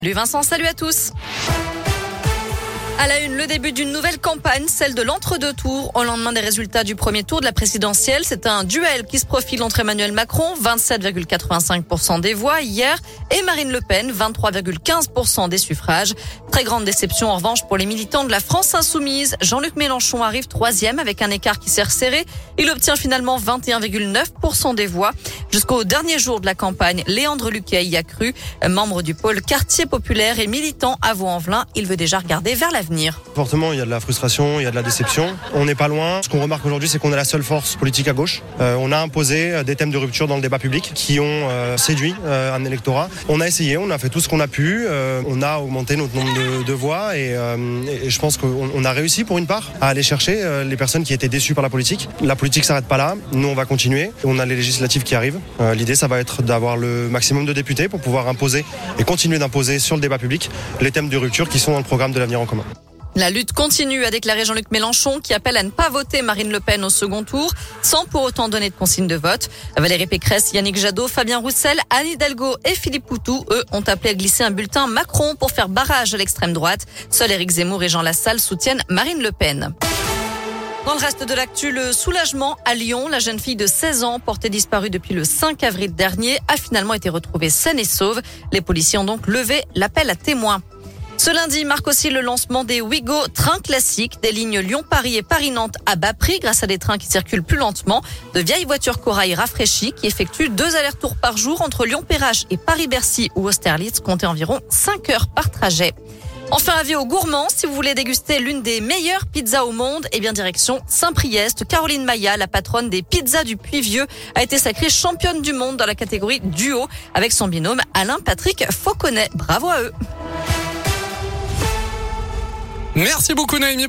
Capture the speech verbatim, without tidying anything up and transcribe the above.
Salut Vincent, salut à tous. À la une, le début d'une nouvelle campagne, celle de l'entre-deux tours. Au lendemain des résultats du premier tour de la présidentielle, c'est un duel qui se profile entre Emmanuel Macron, vingt-sept virgule quatre-vingt-cinq pour cent des voix hier, et Marine Le Pen, vingt-trois virgule quinze pour cent des suffrages. Très grande déception en revanche pour les militants de la France insoumise. Jean-Luc Mélenchon arrive troisième avec un écart qui s'est resserré. Il obtient finalement vingt et un virgule neuf pour cent des voix. Jusqu'au dernier jour de la campagne, Léandre Luquet y a cru. Membre du pôle quartier populaire et militant à Vaux-en-Velin, il veut déjà regarder vers l'avenir. Fortement, il y a de la frustration, il y a de la déception. On n'est pas loin. Ce qu'on remarque aujourd'hui, c'est qu'on est la seule force politique à gauche. Euh, on a imposé des thèmes de rupture dans le débat public qui ont euh, séduit euh, un électorat. On a essayé, on a fait tout ce qu'on a pu. Euh, on a augmenté notre nombre de, de voix et, euh, et je pense qu'on on a réussi pour une part à aller chercher euh, les personnes qui étaient déçues par la politique. La politique s'arrête pas là. Nous, on va continuer. On a les législatives qui arrivent. Euh, l'idée, ça va être d'avoir le maximum de députés pour pouvoir imposer et continuer d'imposer sur le débat public les thèmes de rupture qui sont dans le programme de l'avenir en commun. La lutte continue, a déclaré Jean-Luc Mélenchon, qui appelle à ne pas voter Marine Le Pen au second tour, sans pour autant donner de consigne de vote. Valérie Pécresse, Yannick Jadot, Fabien Roussel, Anne Hidalgo et Philippe Poutou, eux, ont appelé à glisser un bulletin Macron pour faire barrage à l'extrême droite. Seuls Éric Zemmour et Jean Lassalle soutiennent Marine Le Pen. Dans le reste de l'actu, le soulagement à Lyon. La jeune fille de seize ans, portée disparue depuis le cinq avril dernier, a finalement été retrouvée saine et sauve. Les policiers ont donc levé l'appel à témoins. Ce lundi marque aussi le lancement des Ouigo trains classiques, des lignes Lyon-Paris et Paris-Nantes à bas prix grâce à des trains qui circulent plus lentement, de vieilles voitures corail rafraîchies qui effectuent deux allers-retours par jour entre Lyon-Perrache et Paris-Bercy ou Austerlitz, comptez environ cinq heures par trajet. Enfin, avis aux gourmands, si vous voulez déguster l'une des meilleures pizzas au monde, eh bien direction Saint-Priest. Caroline Maillat, la patronne des pizzas du Puy-Vieux, a été sacrée championne du monde dans la catégorie duo avec son binôme Alain-Patrick Fauconnet. Bravo à eux. Merci beaucoup Naïmi.